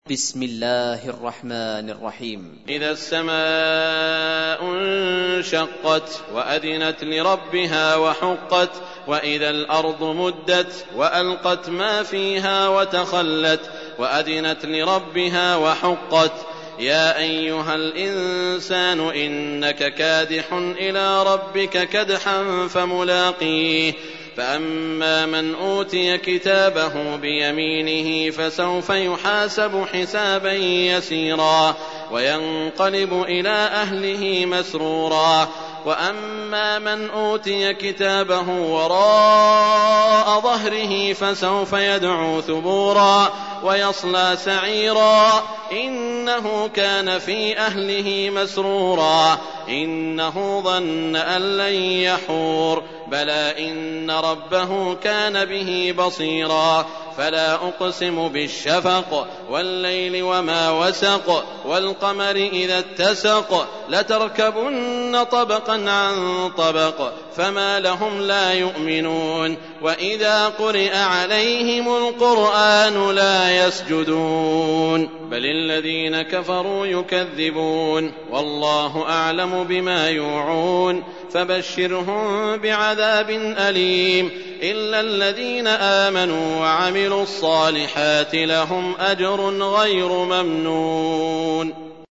بسم الله الرحمن الرحيم. إذا السماء انشقت وأذنت لربها وحقت وإذا الأرض مدت وألقت ما فيها وتخلت وأذنت لربها وحقت يا أيها الإنسان إنك كادح إلى ربك كدحا فملاقيه فأما من أوتي كتابه بيمينه فسوف يحاسب حسابا يسيرا وينقلب إلى أهله مسرورا وأما من أوتي كتابه وراء ظهره فسوف يدعو ثبورا ويصلى سعيرا إنه كان في أهله مسرورا إنه ظن أن لن يحور بلى إن ربه كان به بصيرا فلا أقسم بالشفق والليل وما وسق والقمر إذا اتسق لتركبن طبقا عن طبق فما لهم لا يؤمنون وإذا قرئ عليهم القرآن لا يسجدون بل الذين كفروا يكذبون والله أعلم بما يوعون فبشرهم بعذاب أليم إلا الذين آمنوا وعملوا الصالحات لهم أجر غير ممنون.